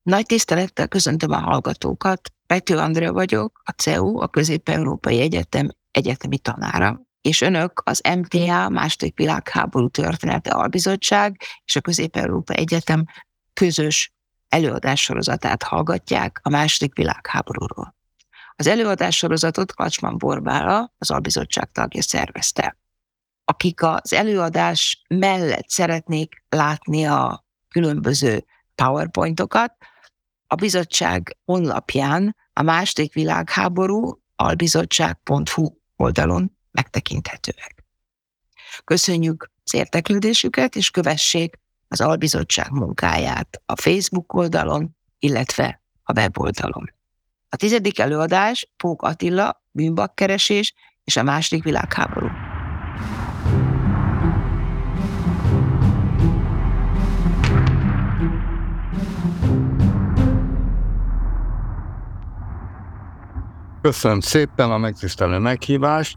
Nagy tisztelettel köszöntöm a hallgatókat. Pető Andrea vagyok, a CEU, a Közép-Európai Egyetem egyetemi tanára, és önök az MTA II. Világháború Története Albizottság és a Közép-Európai Egyetem közös előadássorozatát hallgatják a II. Világháborúról. Az előadássorozatot Kacsman Borbála, az albizottság tagja szervezte. Akik az előadás mellett szeretnék látni a különböző PowerPointokat, a bizottság honlapján a II. Világháború albizottság.hu oldalon megtekinthetőek. Köszönjük az érdeklődésüket, és kövessék az albizottság munkáját a Facebook oldalon, illetve a weboldalon. A 10. előadás Pók Attila, bűnbakkeresés és a II. Világháború. Köszönöm szépen a megtisztelő meghívást.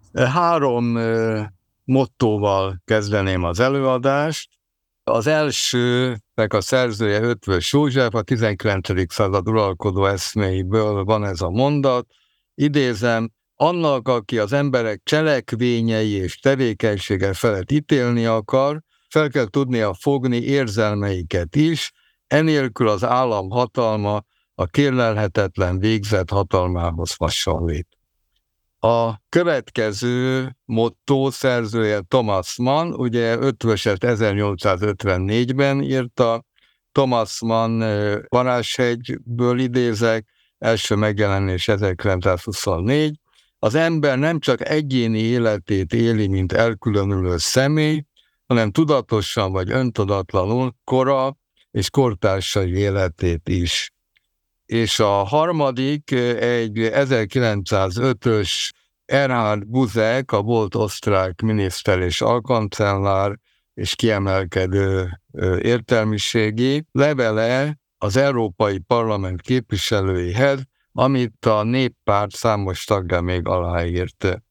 3 mottóval kezdeném az előadást. Az elsőnek a szerzője Eötvös József, a 19. század uralkodó eszméiből van ez a mondat. Idézem: annak, aki az emberek cselekvényei és tevékenysége felett ítélni akar, fel kell tudnia fogni érzelmeiket is, enélkül az állam hatalma a kérlelhetetlen végzet hatalmához hasonlít. A következő motto szerzője Thomas Mann, ugye Eötvöset 1854-ben írta. Thomas Mann Varázshegyből idézek, első megjelenés 1924. Az ember nem csak egyéni életét éli, mint elkülönülő személy, hanem tudatosan vagy öntudatlanul kora és kortársai életét is. És a harmadik egy 1905-ös Erhard Buzek, a volt osztrák miniszter és alkancellár és kiemelkedő értelmiségi levele az Európai Parlament képviselőihez, amit a Néppárt számos tagja még aláírt.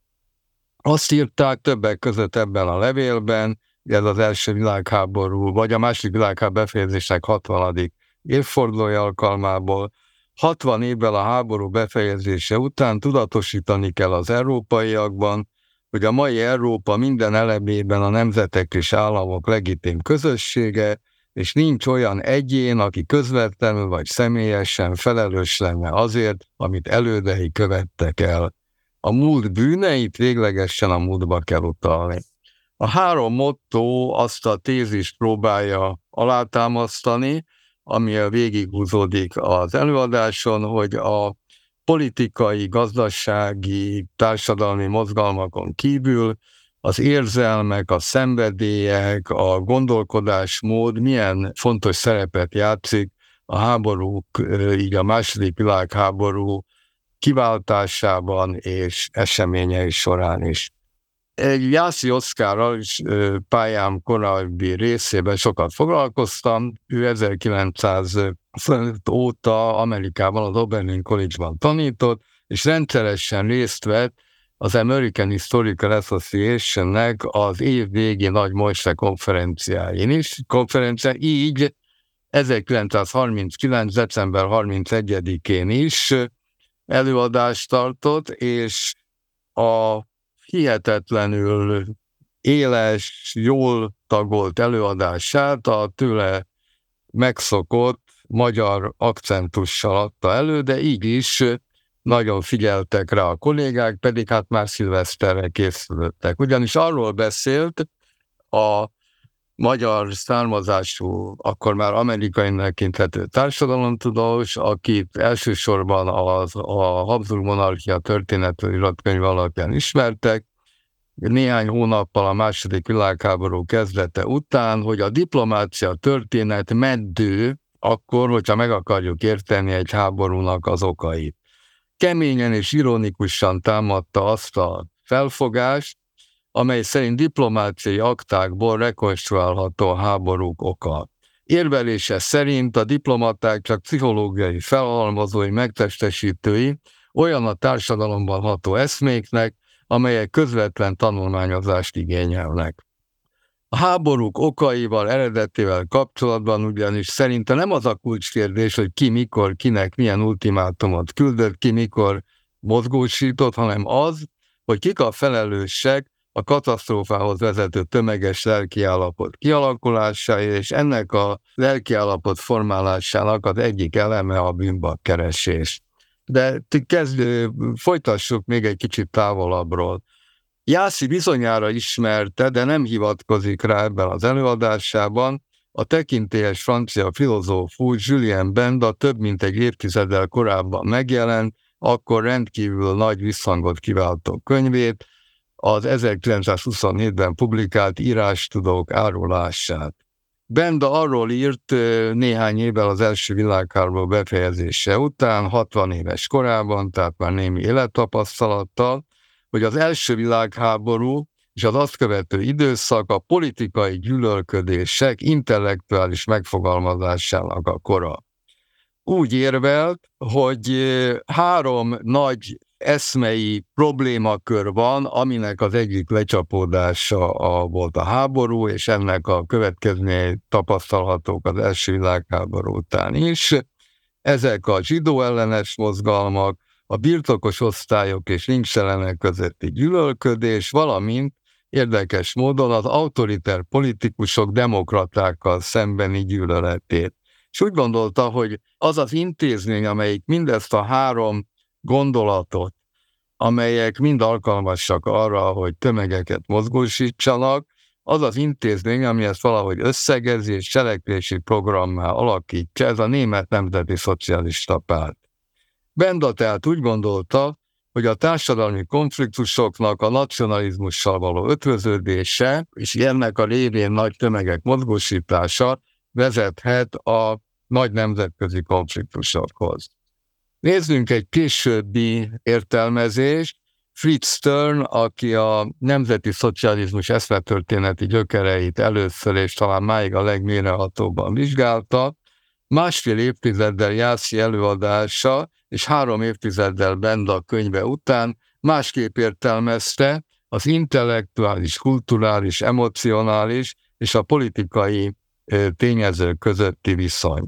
Azt írták többek között ebben a levélben, ez az első világháború, vagy a második világháború befejezésnek 60. évfordulója alkalmából, 60 évvel a háború befejezése után tudatosítani kell az európaiakban, hogy a mai Európa minden elemében a nemzetek és államok legitim közössége, és nincs olyan egyén, aki közvetlenül vagy személyesen felelős lenne azért, amit elődei követtek el. A múlt bűneit véglegesen a múltba kell utalni. A 3 motto azt a tézist próbálja alátámasztani, ami végighúzódik az előadáson, hogy a politikai, gazdasági, társadalmi mozgalmakon kívül az érzelmek, a szenvedélyek, a gondolkodásmód milyen fontos szerepet játszik a háborúk, így a II. Világháború kiváltásában és eseményei során is. Egy Jászai Oszkárral is pályám korábbi részében sokat foglalkoztam. Ő 1905 óta Amerikában, az Oberlin College-ban tanított, és rendszeresen részt vett az American Historical Association-nek az évvégi nagy Moise konferenciáin is. Így 1939. december 31-én is előadást tartott, és a hihetetlenül éles, jól tagolt előadását a tőle megszokott magyar akcentussal adta elő, de így is nagyon figyeltek rá a kollégák, pedig hát már szilveszterre készülöttek. Ugyanis arról beszélt a magyar származású, akkor már amerikainak tekinthető társadalomtudós, akit elsősorban a Habsburg monarchia történetű iratkönyv alapján ismertek, néhány hónappal a II. Világháború kezdete után, hogy a diplomácia történet meddő akkor, hogyha meg akarjuk érteni egy háborúnak az okait. Keményen és ironikusan támadta azt a felfogást, amely szerint diplomáciai aktákból rekonstruálható a háborúk oka. Érvelése szerint a diplomaták csak pszichológiai felhalmozói, megtestesítői olyan a társadalomban ható eszméknek, amelyek közvetlen tanulmányozást igényelnek. A háborúk okaival, eredetével kapcsolatban ugyanis szerintem nem az a kulcskérdés, hogy ki mikor, kinek milyen ultimátumot küldött, ki mikor mozgósított, hanem az, hogy kik a felelősek a katasztrófához vezető tömeges lelkiállapot kialakulásáért, és ennek a lelkiállapot formálásának az egyik eleme a bűnbakkeresés. De folytassuk még egy kicsit távolabbról. Jászai bizonyára ismerte, de nem hivatkozik rá ebben az előadásában, a tekintélyes francia filozófus Julien Benda több mint egy évtizeddel korábban megjelent, akkor rendkívül nagy visszhangot kiváltó könyvét, az 1927-ben publikált Írástudók árulását. Benda arról írt néhány évvel az első világháború befejezése után, 60 éves korában, tehát már némi élettapasztalattal, hogy az első világháború és az azt követő időszak a politikai gyűlölködések intellektuális megfogalmazásának a kora. Úgy érvelt, hogy 3 nagy eszmei problémakör van, aminek az egyik lecsapódása volt a háború, és ennek a következményei tapasztalhatók az első világháború után is. Ezek a zsidó ellenes mozgalmak, a birtokos osztályok és lincsellenek közötti gyűlölködés, valamint érdekes módon az autoriter politikusok demokratákkal szembeni gyűlöletét. És úgy gondolta, hogy az az intézmény, amelyik mindezt a 3 gondolatot, amelyek mind alkalmasak arra, hogy tömegeket mozgósítsanak, az az intézmény, ami ezt valahogy összegezi és cselekvési programmá alakítja, ez a Német Nemzeti Szocialista Párt. Benda tehát úgy gondolta, hogy a társadalmi konfliktusoknak a nacionalizmussal való ötvöződése, és ennek a révén nagy tömegek mozgósítása vezethet a nagy nemzetközi konfliktusokhoz. Nézzünk egy későbbi értelmezést. Fritz Stern, aki a nemzeti szocializmus eszmetörténeti gyökereit először és talán máig a legmélyrehatóbban vizsgálta, 1,5 évtizeddel Jászai előadása és 3 évtizeddel Benda könyve után másképp értelmezte az intellektuális, kulturális, emocionális és a politikai tényezők közötti viszony.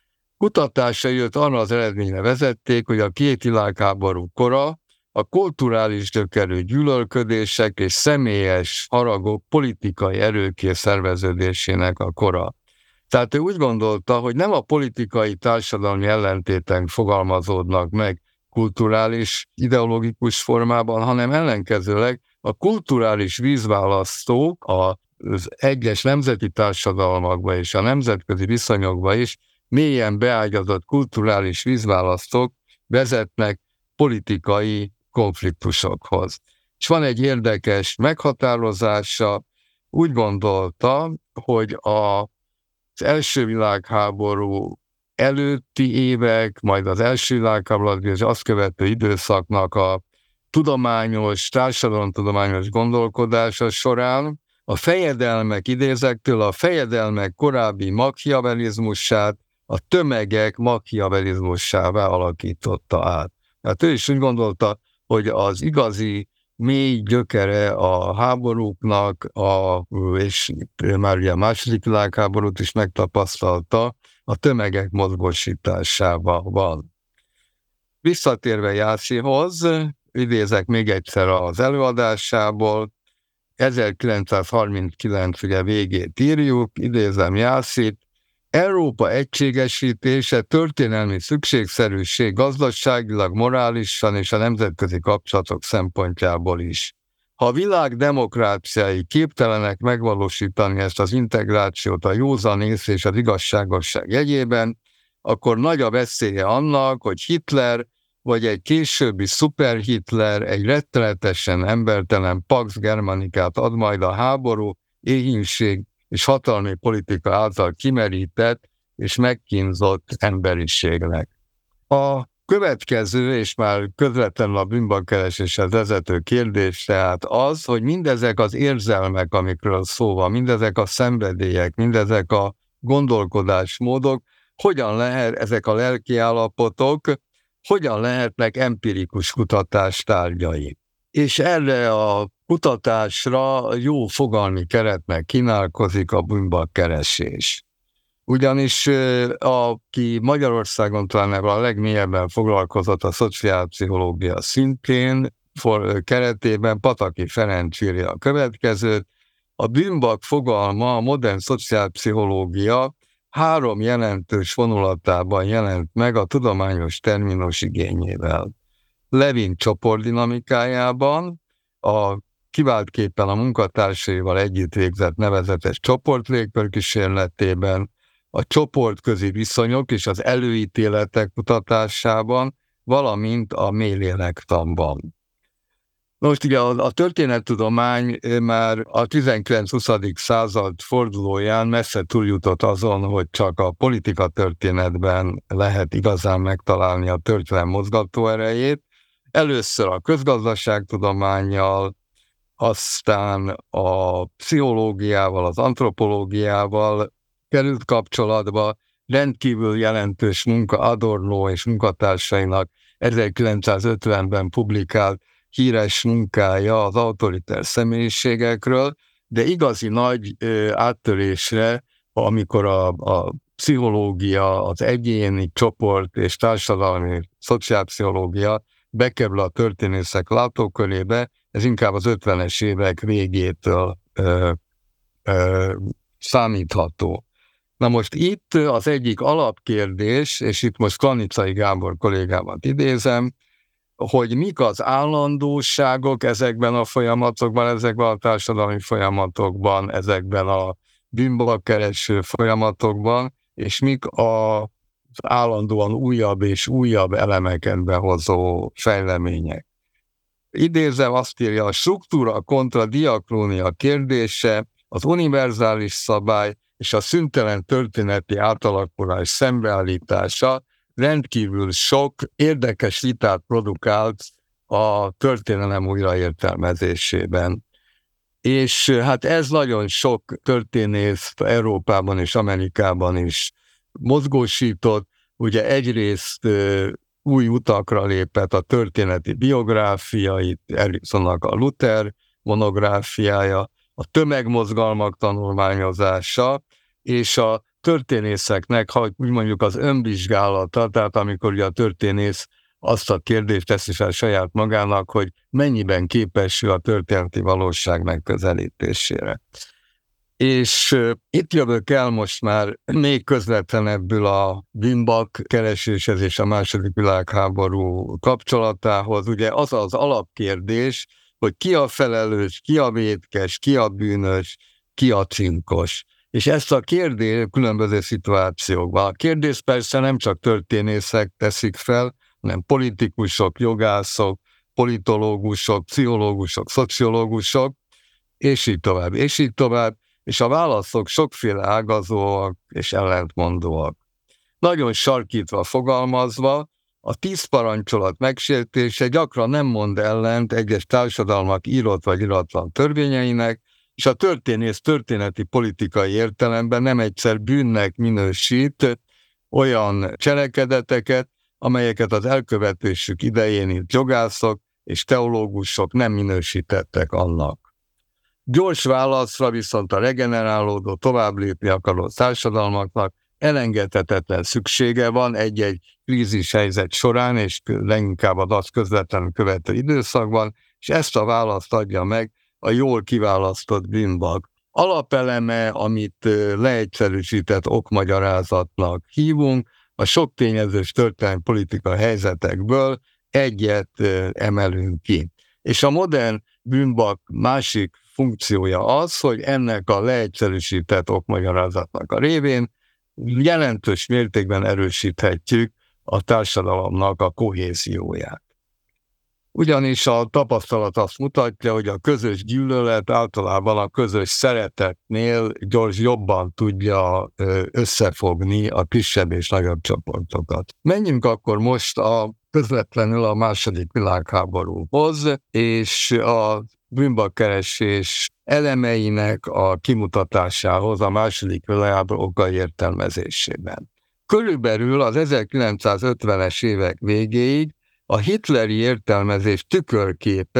Kutatásai őt arra az eredményre vezették, hogy a 2 világháború kora a kulturális gyökerű gyűlölködések és személyes haragok politikai erőké szerveződésének a kora. Tehát ő úgy gondolta, hogy nem a politikai társadalmi ellentétek fogalmazódnak meg kulturális, ideológikus formában, hanem ellenkezőleg a kulturális vízválasztók az egyes nemzeti társadalmakba és a nemzetközi viszonyokba is mélyen beágyazott kulturális vízválasztók vezetnek politikai konfliktusokhoz. És van egy érdekes meghatározása, úgy gondolta, hogy az első világháború előtti évek, majd az első világháború és azt követő időszaknak a tudományos, társadalomtudományos gondolkodása során a fejedelmek idézektől a fejedelmek korábbi machiavellizmusát a tömegek machiavellizmussává alakította át. Hát ő is úgy gondolta, hogy az igazi mély gyökere a háborúknak, és már ugye a második világháborút is megtapasztalta, a tömegek mozgósításában van. Visszatérve Jászaihoz, idézek még egyszer az előadásából, 1939 ugye végét írjuk, idézem Jászait, Európa egységesítése történelmi szükségszerűség gazdaságilag, morálisan és a nemzetközi kapcsolatok szempontjából is. Ha a világ demokráciái képtelenek megvalósítani ezt az integrációt a józanész és az igazságosság jegyében, akkor nagy a veszélye annak, hogy Hitler vagy egy későbbi szuper-Hitler egy rettenetesen embertelen Pax Germanicát ad majd a háború, éhínség és hatalmi politika által kimerített és megkínzott emberiségnek. A következő, és már közvetlenül a bűnbakkereséshez vezető kérdés tehát az, hogy mindezek az érzelmek, amikről szó van, mindezek a szenvedélyek, mindezek a gondolkodásmódok, hogyan lehet ezek a lelki állapotok, hogyan lehetnek empirikus kutatás tárgyai. és erre a kutatásra jó fogalmi keretnek kínálkozik a bűnbakkeresés. Ugyanis aki Magyarországon talán ebben a legmélyebben foglalkozott a szociálpszichológia szintén keretében, Pataki Ferenc írja a következőt: a bűnbak fogalma a modern szociálpszichológia 3 jelentős vonulatában jelent meg a tudományos terminus igényével. Levin csoportdinamikájában, a kiváltképpen a munkatársaival együtt végzett nevezetes csoportlégkörkísérletében, a csoportközi viszonyok és az előítéletek kutatásában, valamint a mélylélektanban. Most ugye a történettudomány már a 19-20. század fordulóján messze túljutott azon, hogy csak a politika történetben lehet igazán megtalálni a történelem mozgatóerejét. Először a közgazdaságtudománnyal, aztán a pszichológiával, az antropológiával került kapcsolatba. Rendkívül jelentős munka Adorno és munkatársainak 1950-ben publikált híres munkája az autoriter személyiségekről, de igazi nagy áttörésre, amikor a pszichológia, az egyéni csoport és társadalmi szociálpszichológia bekerül a történészek látókörébe, ez inkább az 50-es évek végétől számítható. Na most itt az egyik alapkérdés, és itt most Klanicai Gábor kollégámat idézem, hogy mik az állandóságok ezekben a folyamatokban, ezekben a társadalmi folyamatokban, ezekben a bűnbakkereső folyamatokban, és mik az állandóan újabb és újabb elemeket behozó fejlemények. Idézem, azt írja: a struktúra kontra diakrónia kérdése, az univerzális szabály és a szüntelen történeti átalakulás szembeállítása rendkívül sok érdekes vitát produkált a történelem újraértelmezésében. És hát ez nagyon sok történészt Európában és Amerikában is mozgósított. Ugye egyrészt új utakra lépett a történeti biográfia, itt Ericksonnak a Luther monográfiája, a tömegmozgalmak tanulmányozása, és a történészeknek, ha úgy mondjuk az önvizsgálata, tehát amikor ugye a történész azt a kérdést teszi fel saját magának, hogy mennyiben képes ő a történeti valóság megközelítésére. És itt jövök el most már még közvetlenebbül a bűnbak kereséshez és a II. Világháború kapcsolatához. Ugye az az alapkérdés, hogy ki a felelős, ki a vétkes, ki a bűnös, ki a cinkos. És ezt a kérdést különböző szituációkban. A kérdést persze nem csak történészek teszik fel, hanem politikusok, jogászok, politológusok, pszichológusok, szociológusok, és így tovább, és így tovább. És a válaszok sokféle ágazóak és ellentmondóak. Nagyon sarkítva fogalmazva, a 10 parancsolat megsértése gyakran nem mond ellent egyes társadalmak írott vagy iratlan törvényeinek, és a történész történeti politikai értelemben nem egyszer bűnnek minősít olyan cselekedeteket, amelyeket az elkövetésük idején itt jogászok és teológusok nem minősítettek annak. Gyors válaszra viszont a regenerálódó, tovább lépni akaró társadalmaknak elengedhetetlen szüksége van egy-egy krízis helyzet során, és leginkább az azt közvetlenül követő időszakban, és ezt a választ adja meg a jól kiválasztott bűnbak. Alapeleme, amit leegyszerűsített okmagyarázatnak hívunk, a sok tényezős történelmi politika helyzetekből egyet emelünk ki. És a modern bűnbak másik funkciója az, hogy ennek a leegyszerűsített okmagyarázatnak a révén jelentős mértékben erősíthetjük a társadalomnak a kohézióját. Ugyanis a tapasztalat azt mutatja, hogy a közös gyűlölet általában a közös szeretetnél jobban tudja összefogni a kisebb és nagyobb csoportokat. Menjünk akkor most közvetlenül a II. Világháborúhoz, és a bűnbakkeresés elemeinek a kimutatásához a II. Világháború okai értelmezésében. Körülbelül az 1950-es évek végéig a hitleri értelmezés tükörképe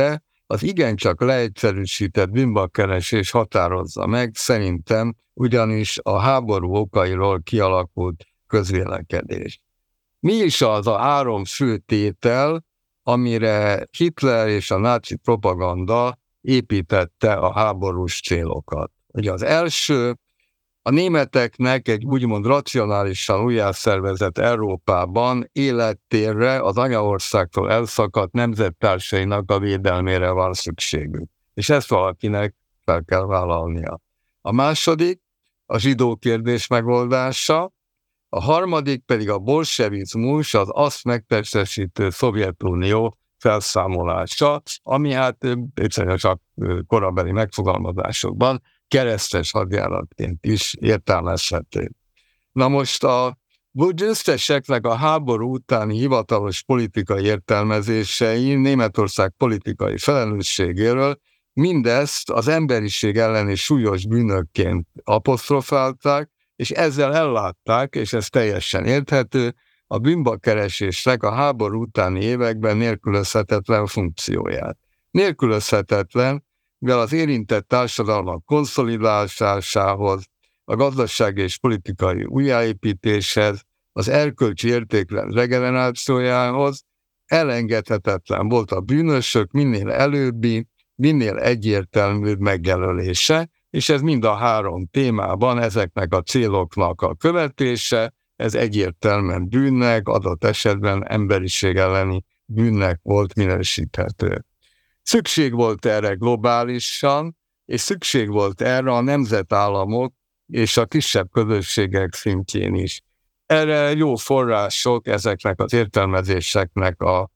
az igencsak leegyszerűsített bűnbakkeresés határozza meg szerintem ugyanis a háború okairól kialakult közvélekedés. Mi is az a 3 fő tétel, amire Hitler és a náci propaganda építette a háborús célokat? Ugye az első, a németeknek egy úgymond racionálisan újjászervezett Európában élettérre, az anyaországtól elszakadt nemzettársainak a védelmére van szükségük. És ezt valakinek fel kell vállalnia. A második, a zsidó kérdés megoldása, a harmadik pedig a bolsevizmus, az azt megtestesítő Szovjetunió felszámolása, ami hát csak korabeli megfogalmazásokban keresztes hadjáratként is értelmezhető. Na most a győzteseknek a háború utáni hivatalos politikai értelmezései Németország politikai felelősségéről mindezt az emberiség elleni súlyos bűnökként apostrofálták, és ezzel ellátták, és ez teljesen érthető, a bűnbakkeresésnek a háború utáni években nélkülözhetetlen funkcióját. Nélkülözhetetlen, mivel az érintett társadalmak konszolidálásához, a gazdasági és politikai újjáépítéshez, az erkölcsi értékrend regenerációjához elengedhetetlen volt a bűnösök minél előbbi, minél egyértelműbb megjelölése, és ez mind a 3 témában ezeknek a céloknak a követése, ez egyértelműen bűnnek, adott esetben emberiség elleni bűnnek volt minősíthető. Szükség volt erre globálisan, és szükség volt erre a nemzetállamok és a kisebb közösségek szintjén is. Erre jó források ezeknek az értelmezéseknek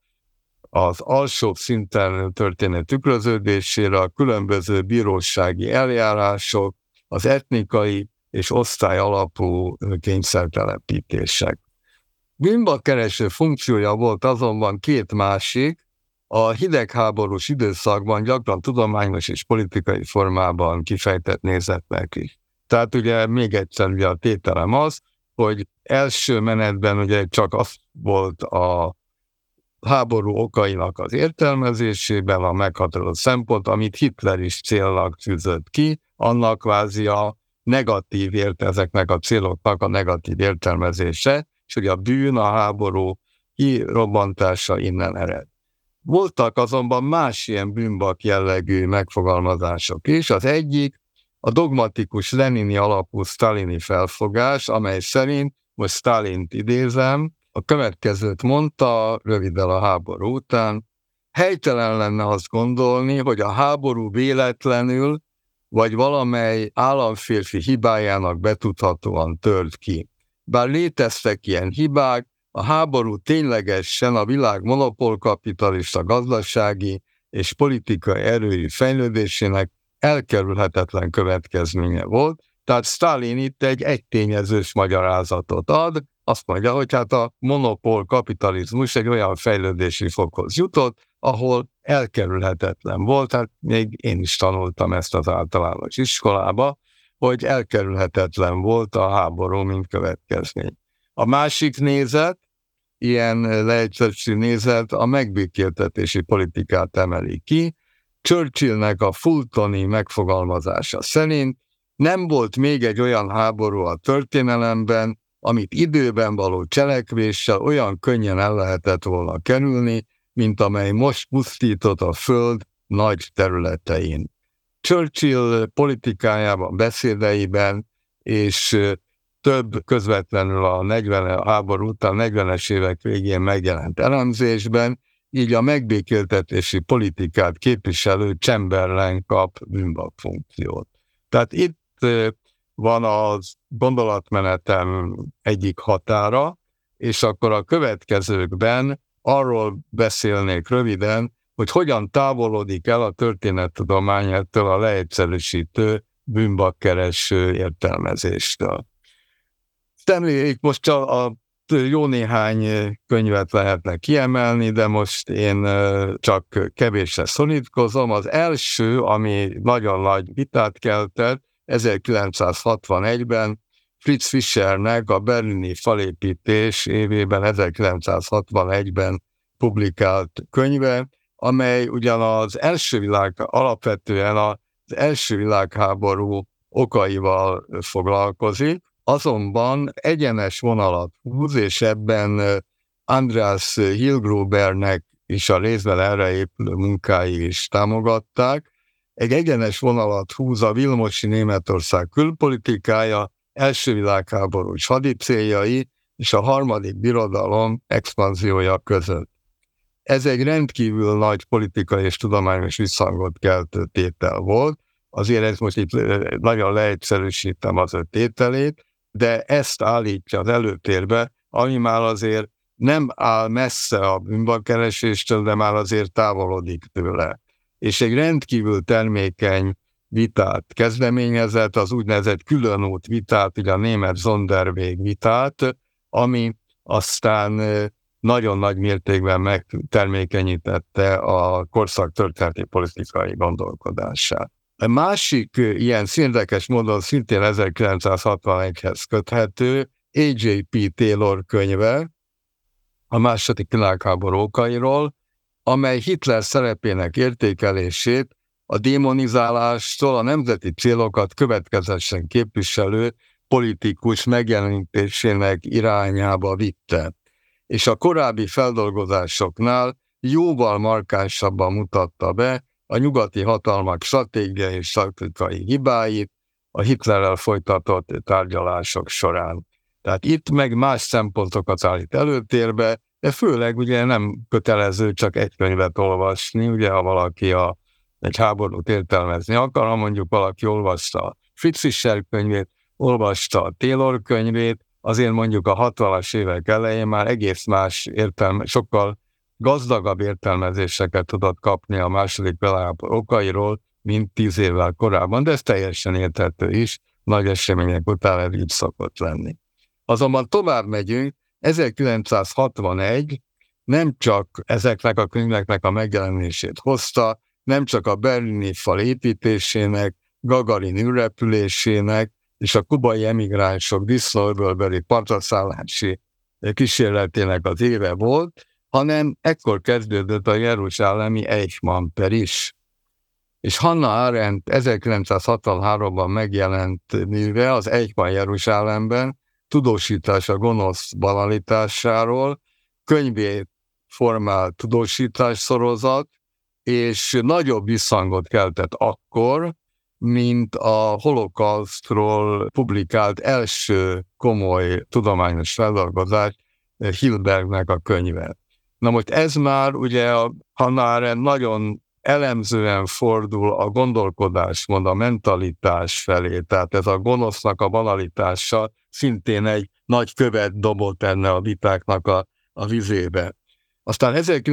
az alsóbb szinten történő tükröződésére, a különböző bírósági eljárások, az etnikai és osztály alapú kényszertelepítések. Bűnbakkereső funkciója volt azonban 2 másik, a hidegháborús időszakban gyakran tudományos és politikai formában kifejtett nézetnek is. Tehát ugye még egyszer ugye a tételem az, hogy első menetben ugye csak az volt a háború okainak az értelmezésében a meghatározó szempont, amit Hitler is célnak tűzött ki, annak kvázi a negatív ezeknek a céloknak a negatív értelmezése, és hogy a bűn, a háború kirobbantása innen ered. Voltak azonban más ilyen bűnbak jellegű megfogalmazások is. Az egyik a dogmatikus lenini alapú sztálini felfogás, amely szerint, most Sztálint idézem, a következőt mondta röviddel a háború után: helytelen lenne azt gondolni, hogy a háború véletlenül vagy valamely államférfi hibájának betudhatóan tört ki. Bár léteztek ilyen hibák, a háború ténylegesen a világ monopolkapitalista gazdasági és politikai erői fejlődésének elkerülhetetlen következménye volt, tehát Sztálin itt egy egytényezős magyarázatot ad, azt mondja, hogy hát a monopolkapitalizmus egy olyan fejlődési fokhoz jutott, ahol elkerülhetetlen volt, hát még én is tanultam ezt az általános iskolába, hogy elkerülhetetlen volt a háború, mint következmény. A másik nézet, ilyen leegyszerűsítő nézet a megbékéltetési politikát emeli ki. Churchillnek a fultoni megfogalmazása szerint nem volt még egy olyan háború a történelemben, amit időben való cselekvéssel olyan könnyen el lehetett volna kerülni, mint amely most pusztított a Föld nagy területein. Churchill politikájában, beszédeiben és több közvetlenül a háború után 40-es évek végén megjelent elemzésben, így a megbékéltetési politikát képviselő Chamberlain kap bűnbakfunkciót. Tehát itt van az gondolatmenetem egyik határa, és akkor a következőkben arról beszélnék röviden, hogy hogyan távolodik el a történettudomány ettől a leegyszerűsítő bűnbakkereső értelmezéstől. Emlék, most csak a jó néhány könyvet lehetne kiemelni, de most én csak kevésre szorítkozom. Az első, ami nagyon nagy vitát keltett, 1961-ben Fritz Fischernek a berlini falépítés évében 1961-ben publikált könyve, amely ugyan alapvetően az első világháború okaival foglalkozik, azonban egyenes vonalat húz, és ebben Andreas Hillgrubernek is a részben erre épülő munkái is támogatták. Egy egyenes vonalat húz a Vilmosi Németország külpolitikája, első világháborús hadicéljai és a harmadik birodalom expanziója között. Ez egy rendkívül nagy politikai és tudományos visszhangot keltő tétel volt, azért ezt most itt nagyon leegyszerűsítem az ő tételét, de ezt állítja az előtérbe, ami már azért nem áll messze a bűnbakkereséstől, de már azért távolodik tőle. És egy rendkívül termékeny vitát kezdeményezett, az úgynevezett különút vitát, ugye a német Sonderweg vitát, ami aztán nagyon nagy mértékben megtermékenyítette a korszak történeti politikai gondolkodását. A másik ilyen érdekes módon szintén 1961-hez köthető A.J.P. Taylor könyve a második világháború okairól, amely Hitler szerepének értékelését a démonizálástól a nemzeti célokat következetesen képviselő politikus megjelenítésének irányába vitte. És a korábbi feldolgozásoknál jóval markánsabban mutatta be a nyugati hatalmak stratégiai és taktikai hibáit a Hitlerrel folytatott tárgyalások során. Tehát itt meg más szempontokat állít előtérbe, de főleg ugye nem kötelező csak egy könyvet olvasni, ugye ha valaki egy háborút értelmezni akar, ha mondjuk valaki olvasta Fritz Fischer könyvét, olvasta a Taylor könyvét, azért mondjuk a 60-as évek elején már egész más sokkal gazdagabb értelmezéseket tudott kapni a második világháború okairól, mint 10 évvel korábban, de ez teljesen érthető is, nagy események után ez így szokott lenni. Azonban tovább megyünk, 1961 nem csak ezeknek a könyveknek a megjelenését hozta, nem csak a berlini fal építésének, Gagarin űrrepülésének és a kubai emigránsok disznóöbölbeli partraszállási kísérletének az éve volt, hanem ekkor kezdődött a jeruzsálemi Eichmann-per is. És Hannah Arendt 1963-ban megjelent műve az Eichmann Jeruzsálemben, tudósítás a gonosz banalitásáról, könyvét formált tudósítás sorozat, és nagyobb visszhangot keltett akkor, mint a holokausztról publikált első komoly tudományos feldolgozás, Hilbergnek a könyve. Na most ez már ugye a Hannah Arendt nagyon elemzően fordul a gondolkodásmód, a mentalitás felé, tehát ez a gonosznak a banalitása szintén egy nagy követ dobott enne a vitáknak a vizébe. Aztán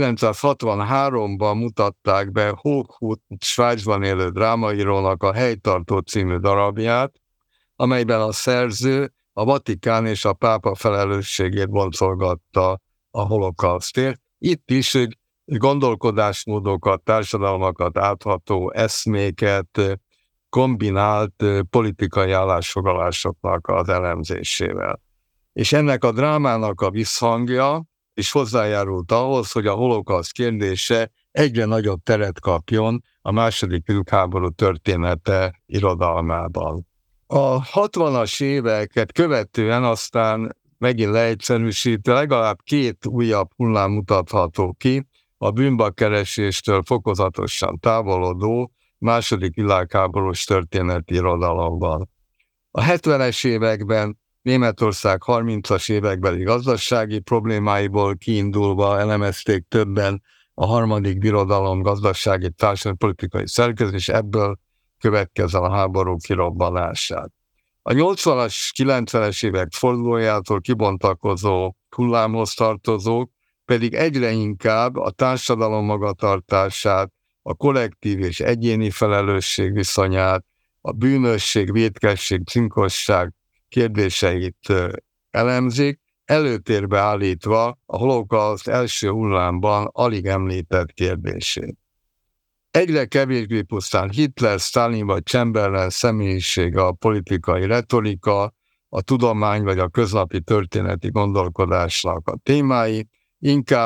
1963-ban mutatták be Hochhuth Svájcban élő drámaírónak a Helytartó című darabját, amelyben a szerző a Vatikán és a pápa felelősségét boncolgatta a holokausztért. Itt is gondolkodásmódokat, társadalmakat átható eszméket kombinált politikai állásfoglalásoknak az elemzésével. És ennek a drámának a visszhangja is hozzájárult ahhoz, hogy a holokauszt kérdése egyre nagyobb teret kapjon a második világháború története irodalmában. A 60-as éveket követően aztán megint leegyszerűsítve legalább 2 újabb hullám mutatható ki a bűnbakkereséstől fokozatosan távolodó második világháborús történeti irodalomban. A 70-es években Németország 30-as évekbeli gazdasági problémáiból kiindulva elemezték többen a harmadik birodalom gazdasági társadalmi-politikai szerkezet, és ebből következzen a háború kirobbanását. A 80-as, 90-es évek fordulójától kibontakozó hullámhoz tartozók pedig egyre inkább a társadalom magatartását, a kollektív és egyéni felelősség viszonyát, a bűnösség, vétkesség, cinkosság kérdéseit elemzik, előtérbe állítva a holokauszt első hullámban alig említett kérdését. Egyre kevésbé pusztán Hitler, Stalin vagy Chamberlain személyisége a politikai retorika, a tudomány vagy a köznapi történeti gondolkodásnak a témái, inkább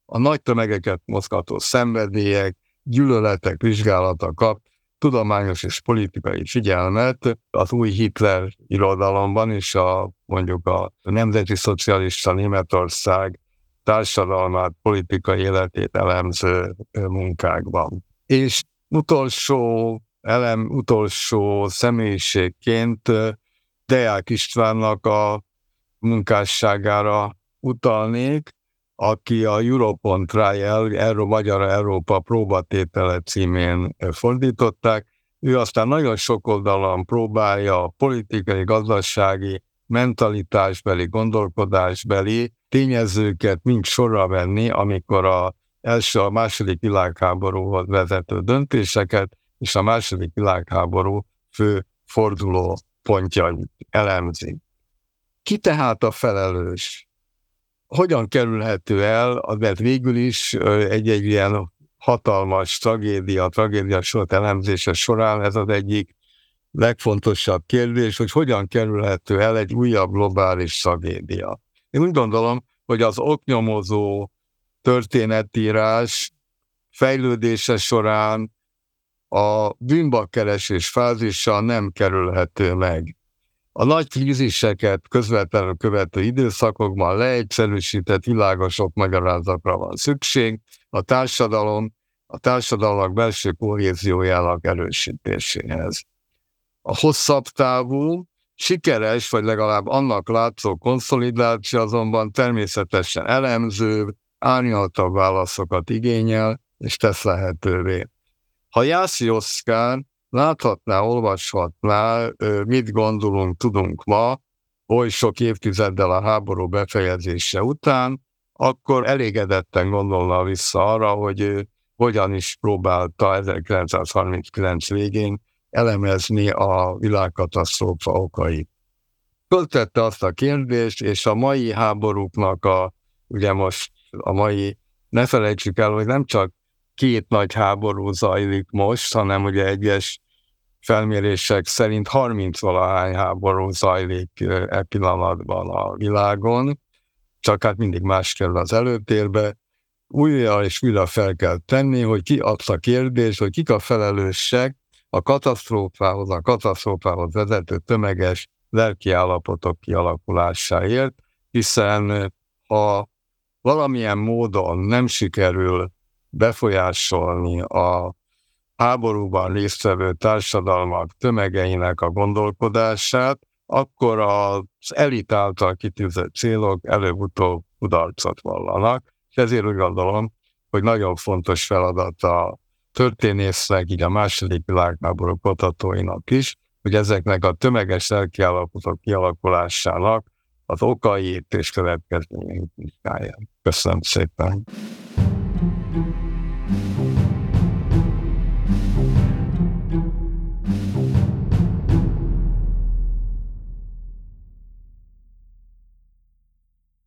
a nagy tömegeket mozgató szenvedélyek, gyűlöletek vizsgálata kap tudományos és politikai figyelmet az új Hitler irodalomban és mondjuk a nemzeti szocialista Németország társadalmát, politikai életét elemző munkákban. És utolsó személyiségként Deák Istvánnak a munkásságára utalnék, aki a Europon Trial, magyarra Európa próbatétele címén fordították. Ő aztán nagyon sok oldalon próbálja a politikai, gazdasági, mentalitásbeli, gondolkodásbeli tényezőket mind sorra venni, amikor a második világháborúhoz vezető döntéseket és a második világháború fő forduló pontjait elemzi. Ki tehát a felelős? Hogyan kerülhető el, mert végül is egy ilyen hatalmas tragédia sort elemzése során ez az egyik legfontosabb kérdés, hogy hogyan kerülhető el egy újabb globális tragédia. Én úgy gondolom, hogy az oknyomozó történetírás fejlődése során a bűnbakkeresés fázisa nem kerülhető meg. A nagy kríziseket közvetlenül követő időszakokban leegyszerűsített világosok magyarázatra van szükség a társadalmak belső kohéziójának erősítéséhez. A hosszabb távú, sikeres, vagy legalább annak látszó konszolidáció azonban természetesen elemző, árnyaltabb válaszokat igényel és tesz lehetővé. Ha Jászai Oszkár láthatná, olvashatná, mit gondolunk, tudunk ma, oly sok évtizeddel a háború befejezése után, akkor elégedetten gondolna vissza arra, hogy ő hogyan is próbálta 1939 végén elemezni a világkatasztrófa okait. Föltette azt a kérdést, és a mai háborúknak ugye most ne felejtsük el, hogy nem csak két nagy háború zajlik most, hanem ugye egyes felmérések szerint 30-valahány háború zajlik pillanatban a világon, csak hát mindig más kerül az előtérbe. Újra és újra fel kell tenni, hogy azt a kérdés, hogy kik a felelősek a katasztrófához vezető tömeges lelkiállapotok kialakulásáért, hiszen ha valamilyen módon nem sikerül befolyásolni a háborúban résztvevő társadalmak tömegeinek a gondolkodását, akkor az elit által kitűzött célok előbb-utóbb kudarcot vallanak, és ezért úgy gondolom, hogy nagyon fontos feladat a történésznek, így a második világháború kutatóinak is, hogy ezeknek a tömeges lelkiállapotok kialakulásának az okait és következményeit vizsgálják. Köszönöm szépen!